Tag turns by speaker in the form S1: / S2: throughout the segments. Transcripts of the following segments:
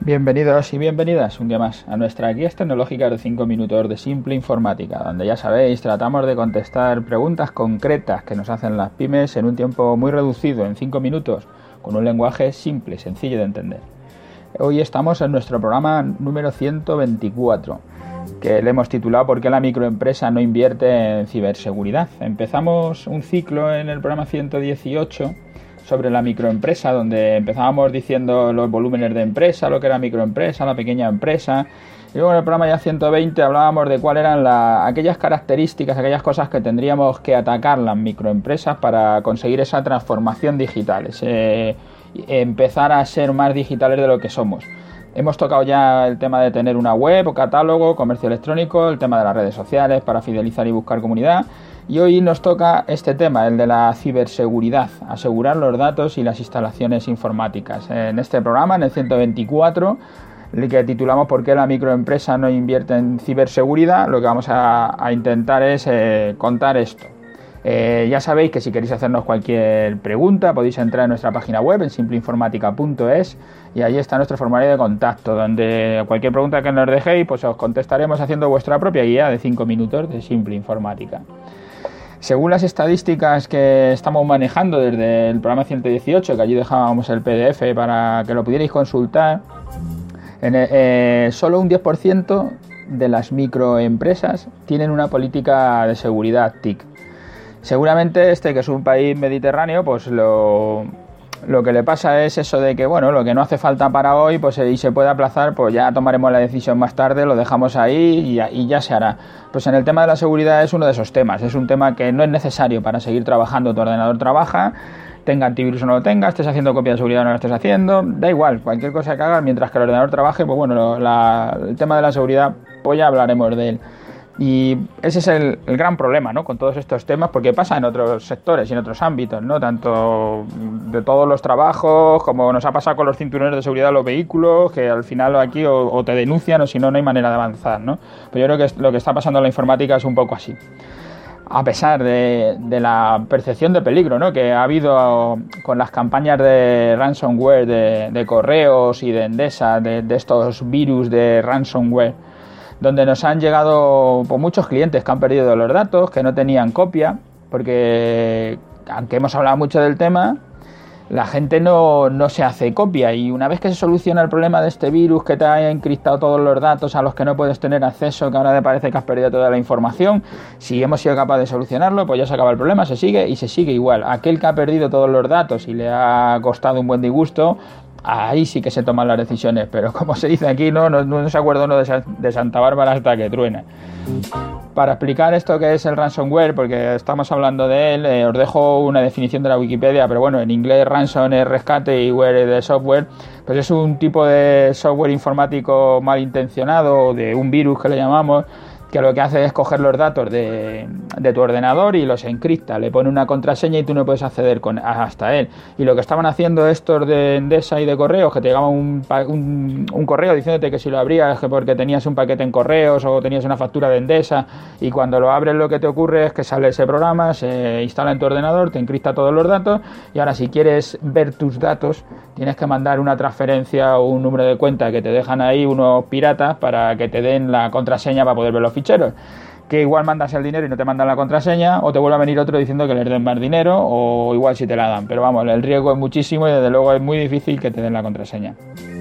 S1: Bienvenidos y bienvenidas un día más a nuestra guías tecnológicas de 5 minutos de simple informática, donde ya sabéis, tratamos de contestar preguntas concretas que nos hacen las pymes en un tiempo muy reducido, en 5 minutos, con un lenguaje simple y sencillo de entender. Hoy estamos en nuestro programa número 124, que le hemos titulado ¿Por qué la microempresa no invierte en ciberseguridad? Empezamos un ciclo en el programa 118 sobre la microempresa, donde empezábamos diciendo los volúmenes de empresa, lo que era microempresa, la pequeña empresa, y luego en el programa ya 120 hablábamos de cuáles eran aquellas características, aquellas cosas que tendríamos que atacar las microempresas para conseguir esa transformación digital, empezar a ser más digitales de lo que somos. Hemos tocado ya el tema de tener una web o catálogo, comercio electrónico, el tema de las redes sociales para fidelizar y buscar comunidad. Y hoy nos toca este tema, el de la ciberseguridad, asegurar los datos y las instalaciones informáticas. En este programa, en el 124, el que titulamos ¿Por qué la microempresa no invierte en ciberseguridad?, lo que vamos a intentar es contar esto. Ya sabéis que si queréis hacernos cualquier pregunta podéis entrar en nuestra página web en simpleinformatica.es y ahí está nuestro formulario de contacto, donde cualquier pregunta que nos dejéis pues os contestaremos haciendo vuestra propia guía de 5 minutos de Simple Informática. Según las estadísticas que estamos manejando desde el programa 118, que allí dejábamos el PDF para que lo pudierais consultar, solo un 10% de las microempresas tienen una política de seguridad TIC. Seguramente que es un país mediterráneo, pues lo que le pasa es eso de que, bueno, lo que no hace falta para hoy, pues y se puede aplazar, pues ya tomaremos la decisión más tarde, lo dejamos ahí y ya se hará. Pues en el tema de la seguridad es uno de esos temas, es un tema que no es necesario para seguir trabajando, tu ordenador trabaja, tenga antivirus o no lo tenga, estés haciendo copia de seguridad o no lo estés haciendo, da igual, cualquier cosa que hagas mientras que el ordenador trabaje, pues bueno, el tema de la seguridad, pues ya hablaremos de él. Y ese es el gran problema, ¿no?, con todos estos temas, porque pasa en otros sectores y en otros ámbitos, ¿no?, tanto de todos los trabajos como nos ha pasado con los cinturones de seguridad de los vehículos, que al final aquí o te denuncian o si no, no hay manera de avanzar, ¿no? Pero yo creo que lo que está pasando en la informática es un poco así. A pesar de la percepción de peligro, ¿no?, que ha habido con las campañas de ransomware de correos y de Endesa, de estos virus de ransomware, donde nos han llegado pues, muchos clientes que han perdido los datos, que no tenían copia, porque aunque hemos hablado mucho del tema, la gente no se hace copia, y una vez que se soluciona el problema de este virus que te ha encriptado todos los datos a los que no puedes tener acceso, que ahora te parece que has perdido toda la información, si hemos sido capaces de solucionarlo, pues ya se acaba el problema, se sigue igual. Aquel que ha perdido todos los datos y le ha costado un buen disgusto, ahí sí que se toman las decisiones, pero como se dice aquí, no se acuerda uno de Santa Bárbara hasta que truena. Para explicar esto que es el ransomware, porque estamos hablando de él, os dejo una definición de la Wikipedia, pero bueno, en inglés ransom es rescate y ware de software, pues es un tipo de software informático malintencionado, de un virus que le llamamos, que lo que hace es coger los datos de tu ordenador y los encripta, le pone una contraseña y tú no puedes acceder hasta él. Y lo que estaban haciendo estos de Endesa y de correos, que te llegaba un correo diciéndote que si lo abrías que porque tenías un paquete en correos o tenías una factura de Endesa, y cuando lo abres lo que te ocurre es que sale ese programa, se instala en tu ordenador, te encripta todos los datos, y ahora si quieres ver tus datos tienes que mandar una transferencia o un número de cuenta que te dejan ahí unos piratas para que te den la contraseña para poder ver los ficheros, que igual mandas el dinero y no te mandan la contraseña, o te vuelve a venir otro diciendo que les den más dinero, o igual si te la dan, pero vamos, el riesgo es muchísimo y desde luego es muy difícil que te den la contraseña.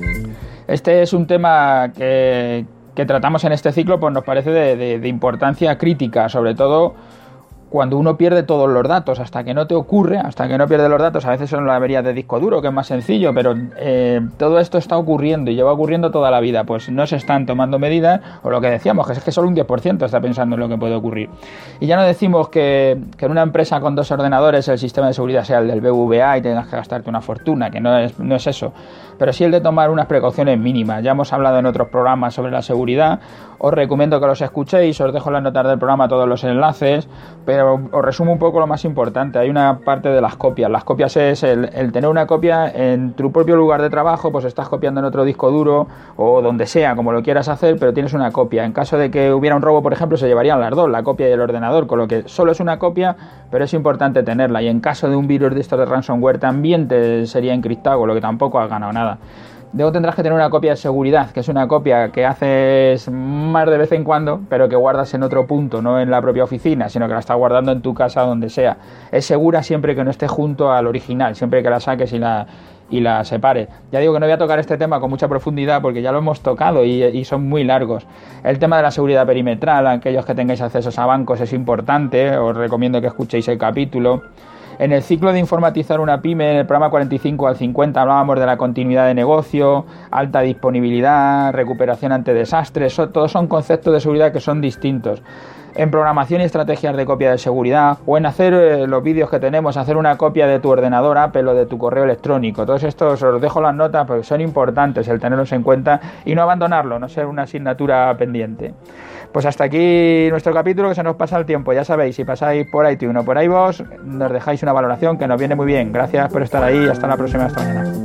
S1: Este es un tema que tratamos en este ciclo, pues nos parece de importancia crítica, sobre todo cuando uno pierde todos los datos. Hasta que no te ocurre, hasta que no pierdes los datos, a veces son las averías de disco duro, que es más sencillo, pero todo esto está ocurriendo y lleva ocurriendo toda la vida, pues no se están tomando medidas, o lo que decíamos, que es que solo un 10% está pensando en lo que puede ocurrir. Y ya no decimos que en una empresa con 2 ordenadores el sistema de seguridad sea el del BBVA y tengas que gastarte una fortuna, que no es eso, pero sí el de tomar unas precauciones mínimas. Ya hemos hablado en otros programas sobre la seguridad, os recomiendo que los escuchéis, os dejo en las notas del programa todos los enlaces, pero os resumo un poco lo más importante. Hay una parte de las copias. Las copias es el tener una copia en tu propio lugar de trabajo, pues estás copiando en otro disco duro o donde sea, como lo quieras hacer, pero tienes una copia. En caso de que hubiera un robo, por ejemplo, se llevarían las dos, la copia y el ordenador, con lo que solo es una copia, pero es importante tenerla. Y en caso de un virus de estos de ransomware también te sería encriptado, con lo que tampoco has ganado nada. Luego tendrás que tener una copia de seguridad, que es una copia que haces más de vez en cuando, pero que guardas en otro punto, no en la propia oficina, sino que la estás guardando en tu casa, donde sea. Es segura siempre que no esté junto al original, siempre que la saques y la separes. Ya digo que no voy a tocar este tema con mucha profundidad porque ya lo hemos tocado y son muy largos. El tema de la seguridad perimetral, aquellos que tengáis accesos a bancos, es importante, os recomiendo que escuchéis el capítulo. En el ciclo de informatizar una pyme, en el programa 45 al 50, hablábamos de la continuidad de negocio, alta disponibilidad, recuperación ante desastres. Todos son conceptos de seguridad que son distintos. En programación y estrategias de copia de seguridad, o en hacer los vídeos que tenemos, hacer una copia de tu ordenador Apple o de tu correo electrónico. Todos estos os dejo las notas porque son importantes el tenerlos en cuenta y no abandonarlo, no ser una asignatura pendiente. Pues hasta aquí nuestro capítulo, que se nos pasa el tiempo. Ya sabéis, si pasáis por iTunes o por iVoox, nos dejáis una valoración que nos viene muy bien. Gracias por estar ahí, hasta la próxima, hasta mañana.